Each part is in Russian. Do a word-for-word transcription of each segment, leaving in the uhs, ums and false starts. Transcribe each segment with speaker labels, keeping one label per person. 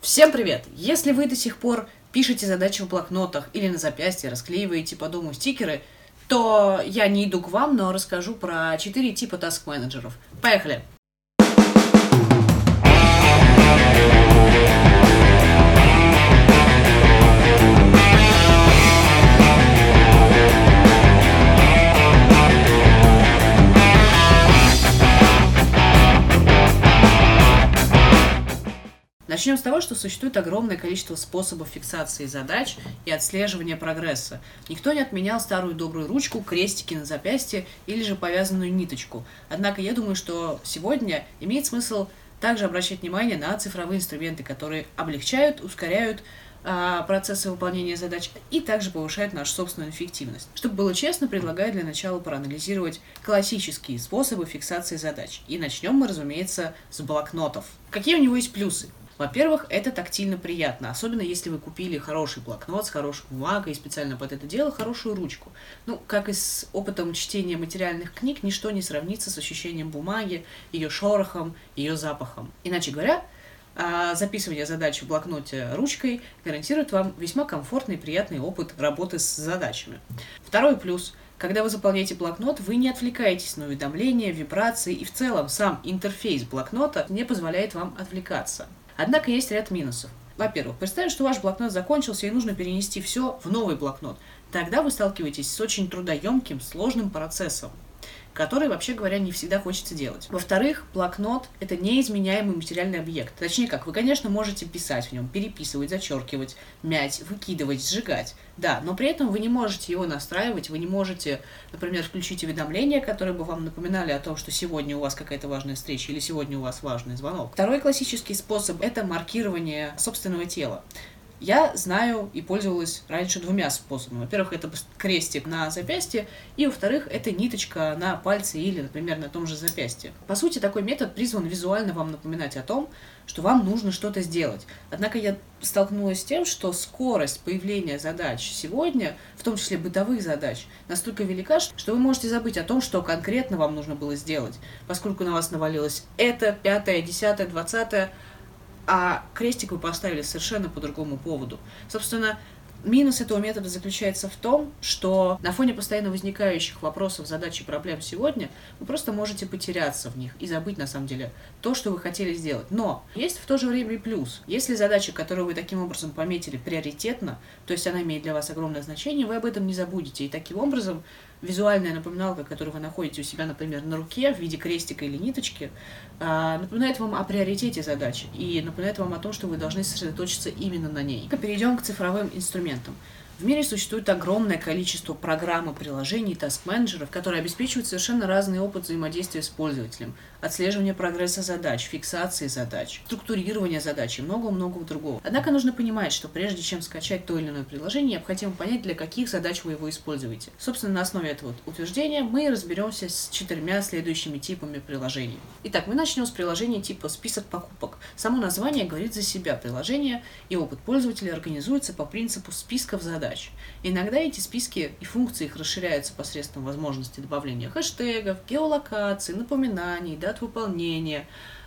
Speaker 1: Всем привет! Если вы до сих пор пишете задачи в блокнотах или на запястье, расклеиваете по дому стикеры, то я не иду к вам, но расскажу про четыре типа таск-менеджеров. Поехали! Начнем с того, что существует огромное количество способов фиксации задач и отслеживания прогресса. Никто не отменял старую добрую ручку, крестики на запястье или же повязанную ниточку. Однако я думаю, что сегодня имеет смысл также обращать внимание на цифровые инструменты, которые облегчают, ускоряют а, процессы выполнения задач и также повышают нашу собственную эффективность. Чтобы было честно, предлагаю для начала проанализировать классические способы фиксации задач. И начнем мы, разумеется, с блокнотов. Какие у него есть плюсы? Во-первых, это тактильно приятно, особенно если вы купили хороший блокнот с хорошей бумагой и специально под это дело хорошую ручку. Ну, как и с опытом чтения материальных книг, ничто не сравнится с ощущением бумаги, ее шорохом, ее запахом. Иначе говоря, записывание задач в блокноте ручкой гарантирует вам весьма комфортный и приятный опыт работы с задачами. Второй плюс. Когда вы заполняете блокнот, вы не отвлекаетесь на уведомления, вибрации, и в целом сам интерфейс блокнота не позволяет вам отвлекаться. Однако есть ряд минусов. Во-первых, представим, что ваш блокнот закончился и нужно перенести все в новый блокнот. Тогда вы сталкиваетесь с очень трудоемким, сложным процессом, который, вообще говоря, не всегда хочется делать. Во-вторых, блокнот – это неизменяемый материальный объект. Точнее как, вы, конечно, можете писать в нем, переписывать, зачеркивать, мять, выкидывать, сжигать. Да, но при этом вы не можете его настраивать, вы не можете, например, включить уведомления, которые бы вам напоминали о том, что сегодня у вас какая-то важная встреча или сегодня у вас важный звонок. Второй классический способ – это маркирование собственного тела. Я знаю и пользовалась раньше двумя способами. Во-первых, это крестик на запястье, и, во-вторых, это ниточка на пальце или, например, на том же запястье. По сути, такой метод призван визуально вам напоминать о том, что вам нужно что-то сделать. Однако я столкнулась с тем, что скорость появления задач сегодня, в том числе бытовых задач, настолько велика, что вы можете забыть о том, что конкретно вам нужно было сделать, поскольку на вас навалилось это, пятое, десятое, двадцатое, а крестик вы поставили совершенно по другому поводу. Собственно, минус этого метода заключается в том, что на фоне постоянно возникающих вопросов, задач и проблем сегодня вы просто можете потеряться в них и забыть, на самом деле, то, что вы хотели сделать. Но есть в то же время и плюс. Если задача, которую вы таким образом пометили, приоритетна, то есть она имеет для вас огромное значение, вы об этом не забудете. И таким образом визуальная напоминалка, которую вы находите у себя, например, на руке в виде крестика или ниточки, напоминает вам о приоритете задачи и напоминает вам о том, что вы должны сосредоточиться именно на ней. Перейдем к цифровым инструментам. В мире существует огромное количество программ и приложений, таск-менеджеров, которые обеспечивают совершенно разный опыт взаимодействия с пользователем, отслеживание прогресса задач, фиксации задач, структурирование задач и много-много другого. Однако нужно понимать, что прежде чем скачать то или иное приложение, необходимо понять, для каких задач вы его используете. Собственно, на основе этого утверждения мы разберемся с четырьмя следующими типами приложений. Итак, мы начнем с приложения типа «Список покупок». Само название говорит за себя. Приложение и опыт пользователя организуются по принципу списков задач. Иногда эти списки и функции их расширяются посредством возможности добавления хэштегов, геолокаций, напоминаний, дат выполнения,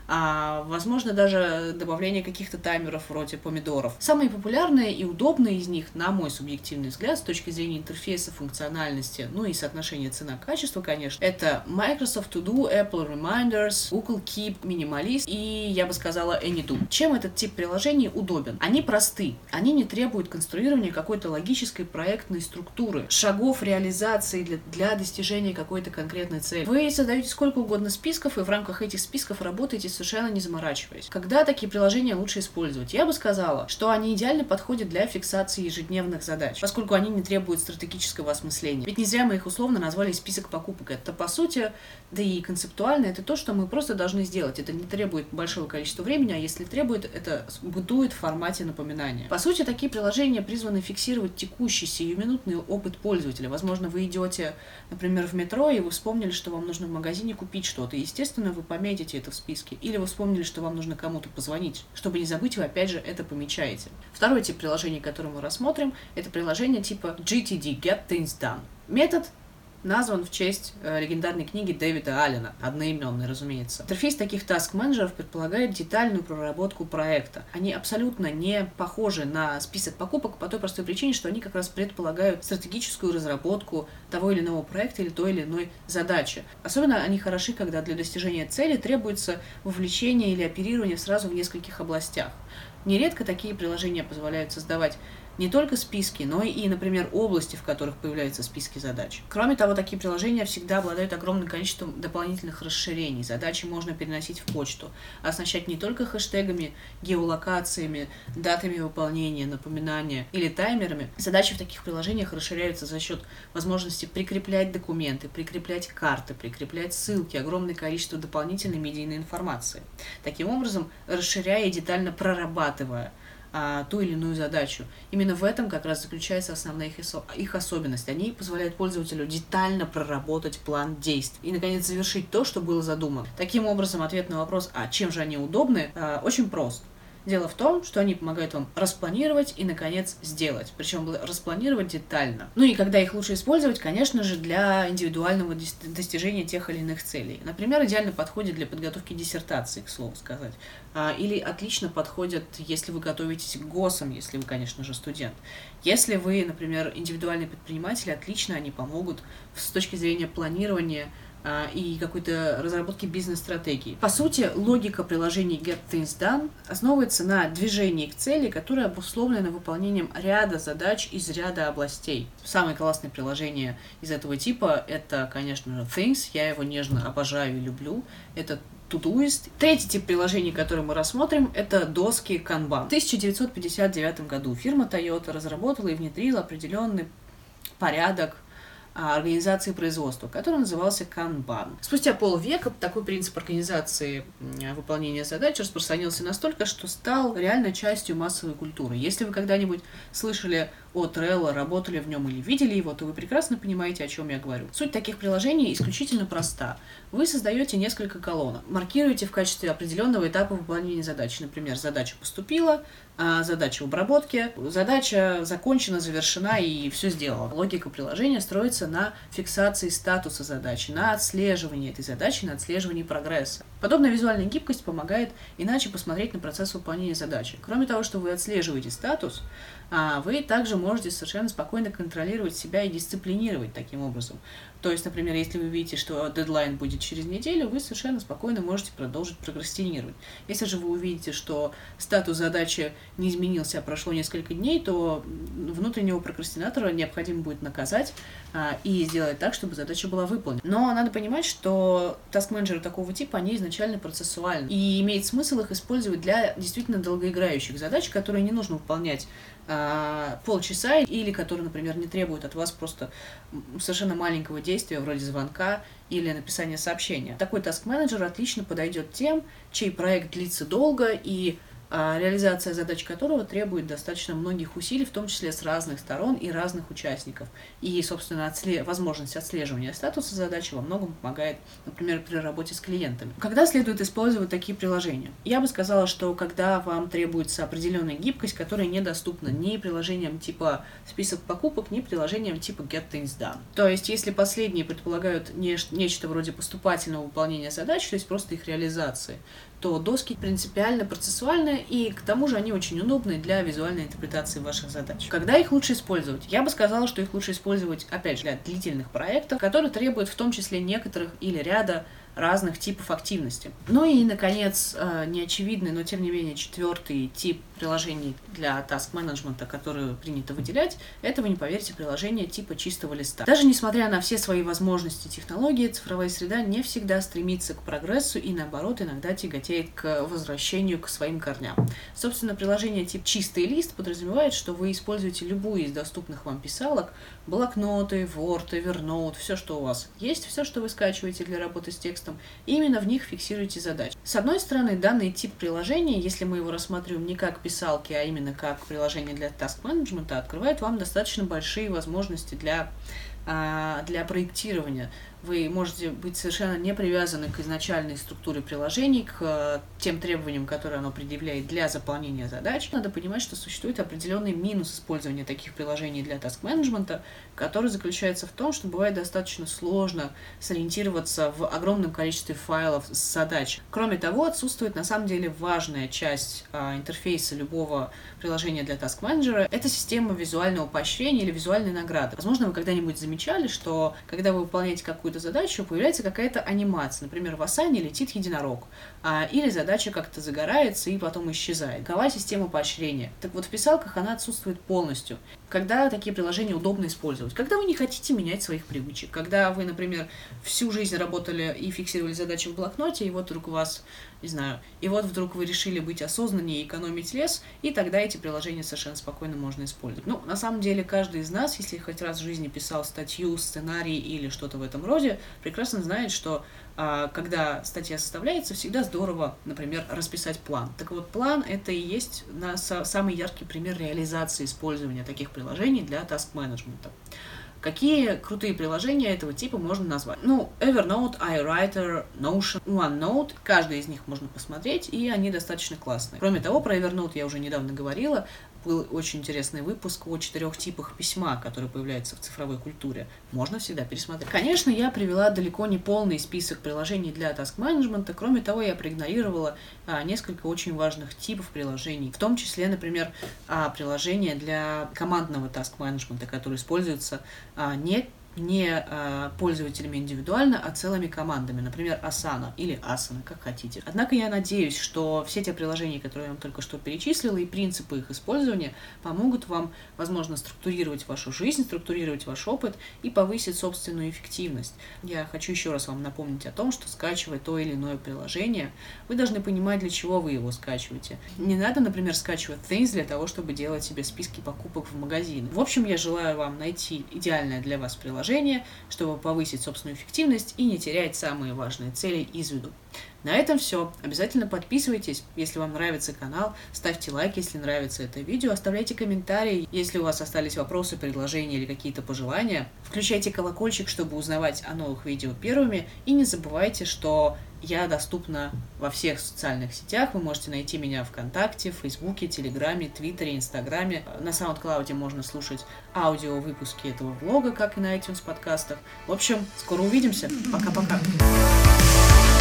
Speaker 1: а, возможно, даже добавление каких-то таймеров вроде помидоров. Самые популярные и удобные из них, на мой субъективный взгляд, с точки зрения интерфейса, функциональности, ну и соотношения цена-качество, конечно, это Microsoft To Do, Apple Reminders, Google Keep, Minimalist и, я бы сказала, AnyDo. Чем этот тип приложений удобен? Они просты, они не требуют конструирования какой-то логической проектной структуры, шагов реализации для, для достижения какой-то конкретной цели. Вы создаете сколько угодно списков, и в рамках этих списков работаете совершенно не заморачиваясь. Когда такие приложения лучше использовать? Я бы сказала, что они идеально подходят для фиксации ежедневных задач, поскольку они не требуют стратегического осмысления. Ведь не зря мы их условно назвали список покупок. Это, по сути, да и концептуально, это то, что мы просто должны сделать. Это не требует большого количества времени, а если требует, это бытует в формате напоминания. По сути, такие приложения призваны фиксировать текущий сиюминутный опыт пользователя. Возможно, вы идете, например, в метро, и вы вспомнили, что вам нужно в магазине купить что-то. Естественно, вы пометите это в списке. Или вы вспомнили, что вам нужно кому-то позвонить. Чтобы не забыть, вы опять же это помечаете. Второй тип приложений, который мы рассмотрим, это приложение типа джи ти ди, Get Things Done. Метод назван в честь э, легендарной книги Дэвида Аллена, одноименной, разумеется. Интерфейс таких таск-менеджеров предполагает детальную проработку проекта. Они абсолютно не похожи на список покупок по той простой причине, что они как раз предполагают стратегическую разработку того или иного проекта или той или иной задачи. Особенно они хороши, когда для достижения цели требуется вовлечение или оперирование сразу в нескольких областях. Нередко такие приложения позволяют создавать не только списки, но и, например, области, в которых появляются списки задач. Кроме того, такие приложения всегда обладают огромным количеством дополнительных расширений. Задачи можно переносить в почту, оснащать не только хэштегами, геолокациями, датами выполнения, напоминания или таймерами. Задачи в таких приложениях расширяются за счет возможности прикреплять документы, прикреплять карты, прикреплять ссылки, огромное количество дополнительной медийной информации. Таким образом, расширяя и детально прорабатывая а, ту или иную задачу. Именно в этом как раз заключается основная их, их особенность. Они позволяют пользователю детально проработать план действий и, наконец, завершить то, что было задумано. Таким образом, ответ на вопрос, а чем же они удобны, а, очень прост. Дело в том, что они помогают вам распланировать и, наконец, сделать. Причем распланировать детально. Ну и когда их лучше использовать, конечно же, для индивидуального достижения тех или иных целей. Например, идеально подходит для подготовки диссертации, к слову сказать. Или отлично подходят, если вы готовитесь к ГОСам, если вы, конечно же, студент. Если вы, например, индивидуальный предприниматель, отлично они помогут с точки зрения планирования и какой-то разработки бизнес-стратегии. По сути, логика приложений Get Things Done основывается на движении к цели, которое обусловлено выполнением ряда задач из ряда областей. Самое классное приложение из этого типа — это, конечно же, Things. Я его нежно обожаю и люблю. Это Todoist. Третий тип приложений, который мы рассмотрим, это доски Kanban. В тысяча девятьсот пятьдесят девятом году фирма Toyota разработала и внедрила определенный порядок организации производства, который назывался Kanban. Спустя полвека такой принцип организации выполнения задач распространился настолько, что стал реально частью массовой культуры. Если вы когда-нибудь слышали о Trello, работали в нем или видели его, то вы прекрасно понимаете, о чем я говорю. Суть таких приложений исключительно проста. Вы создаете несколько колонок, маркируете в качестве определенного этапа выполнения задачи. Например, задача поступила, задача в обработке, задача закончена, завершена и все сделала. Логика приложения строится на фиксации статуса задачи, на отслеживании этой задачи, на отслеживании прогресса. Подобная визуальная гибкость помогает иначе посмотреть на процесс выполнения задачи. Кроме того, что вы отслеживаете статус, вы также можете совершенно спокойно контролировать себя и дисциплинировать таким образом. То есть, например, если вы видите, что дедлайн будет через неделю, вы совершенно спокойно можете продолжить прокрастинировать. Если же вы увидите, что статус задачи не изменился, а прошло несколько дней, то внутреннего прокрастинатора необходимо будет наказать а, и сделать так, чтобы задача была выполнена. Но надо понимать, что таск-менеджеры такого типа, они изначально процессуальны. И имеет смысл их использовать для действительно долгоиграющих задач, которые не нужно выполнять а, полчаса или которые, например, не требуют от вас просто совершенно маленького действия, вроде звонка или написания сообщения. Такой таск-менеджер отлично подойдет тем, чей проект длится долго и реализация задач которого требует достаточно многих усилий, в том числе с разных сторон и разных участников. И, собственно, отслед... возможность отслеживания статуса задачи во многом помогает, например, при работе с клиентами. Когда следует использовать такие приложения? Я бы сказала, что когда вам требуется определенная гибкость, которая недоступна ни приложениям типа список покупок, ни приложениям типа Get Things Done. То есть, если последние предполагают не... нечто вроде поступательного выполнения задач, то есть просто их реализации, то доски принципиально процессуальны, и к тому же они очень удобны для визуальной интерпретации ваших задач. Когда их лучше использовать? Я бы сказала, что их лучше использовать, опять же, для длительных проектов, которые требуют в том числе некоторых или ряда разных типов активности. Ну и, наконец, неочевидный, но тем не менее четвертый тип приложений для таск-менеджмента, которые принято выделять, это, вы не поверите, приложение типа чистого листа. Даже несмотря на все свои возможности технологии, цифровая среда не всегда стремится к прогрессу и, наоборот, иногда тяготеет к возвращению к своим корням. Собственно, приложение тип чистый лист подразумевает, что вы используете любую из доступных вам писалок, блокноты, Word, Evernote, все, что у вас есть, все, что вы скачиваете для работы с текстом, и именно в них фиксируете задачи. С одной стороны, данный тип приложения, если мы его рассматриваем не как писалки, а именно как приложение для таск-менеджмента, открывает вам достаточно большие возможности для, для проектирования. вы можете быть совершенно не привязаны к изначальной структуре приложений, к тем требованиям, которые оно предъявляет для заполнения задач. Надо понимать, что существует определенный минус использования таких приложений для таск-менеджмента, который заключается в том, что бывает достаточно сложно сориентироваться в огромном количестве файлов с задач. Кроме того, отсутствует на самом деле важная часть а, интерфейса любого приложения для таск-менеджера. Это система визуального поощрения или визуальной награды. Возможно, вы когда-нибудь замечали, что когда вы выполняете какую-то задачу, появляется какая-то анимация. Например, в Асане летит единорог, а, или задача как-то загорается и потом исчезает. Какова система поощрения? Так вот, в писалках она отсутствует полностью. Когда такие приложения удобно использовать? Когда вы не хотите менять своих привычек. Когда вы, например, всю жизнь работали и фиксировали задачи в блокноте, и вот вдруг у вас, не знаю, и вот вдруг вы решили быть осознаннее и экономить лес, и тогда эти приложения совершенно спокойно можно использовать. Ну, на самом деле, каждый из нас, если хоть раз в жизни писал статью, сценарий или что-то в этом роде, прекрасно знает, что а, когда статья составляется, всегда здорово, например, расписать план. Так вот, план — это и есть на самый яркий пример реализации использования таких приложений для таск-менеджмента. Какие крутые приложения этого типа можно назвать? Ну, Evernote, iWriter, Notion, OneNote. Каждый из них можно посмотреть, и они достаточно классные. Кроме того, про Evernote я уже недавно говорила. Был очень интересный выпуск о четырех типах письма, которые появляются в цифровой культуре. Можно всегда пересмотреть. Конечно, я привела далеко не полный список приложений для таск-менеджмента. Кроме того, я проигнорировала а, несколько очень важных типов приложений. В том числе, например, а, приложения для командного таск-менеджмента, которые используются а, не не э, пользователями индивидуально, а целыми командами, например, Asana или Asana, как хотите. Однако я надеюсь, что все те приложения, которые я вам только что перечислила, и принципы их использования помогут вам, возможно, структурировать вашу жизнь, структурировать ваш опыт и повысить собственную эффективность. Я хочу еще раз вам напомнить о том, что, скачивая то или иное приложение, вы должны понимать, для чего вы его скачиваете. Не надо, например, скачивать Things для того, чтобы делать себе списки покупок в магазине. В общем, я желаю вам найти идеальное для вас приложение, чтобы повысить собственную эффективность и не терять самые важные цели из виду. На этом все. Обязательно подписывайтесь, если вам нравится канал, ставьте лайк, если нравится это видео, оставляйте комментарии, если у вас остались вопросы, предложения или какие-то пожелания. Включайте колокольчик, чтобы узнавать о новых видео первыми, и не забывайте, что я доступна во всех социальных сетях. Вы можете найти меня ВКонтакте, в Фейсбуке, Телеграме, Твиттере, Инстаграме. На SoundCloud можно слушать аудиовыпуски этого влога, как и на iTunes подкастах. В общем, скоро увидимся. Пока-пока.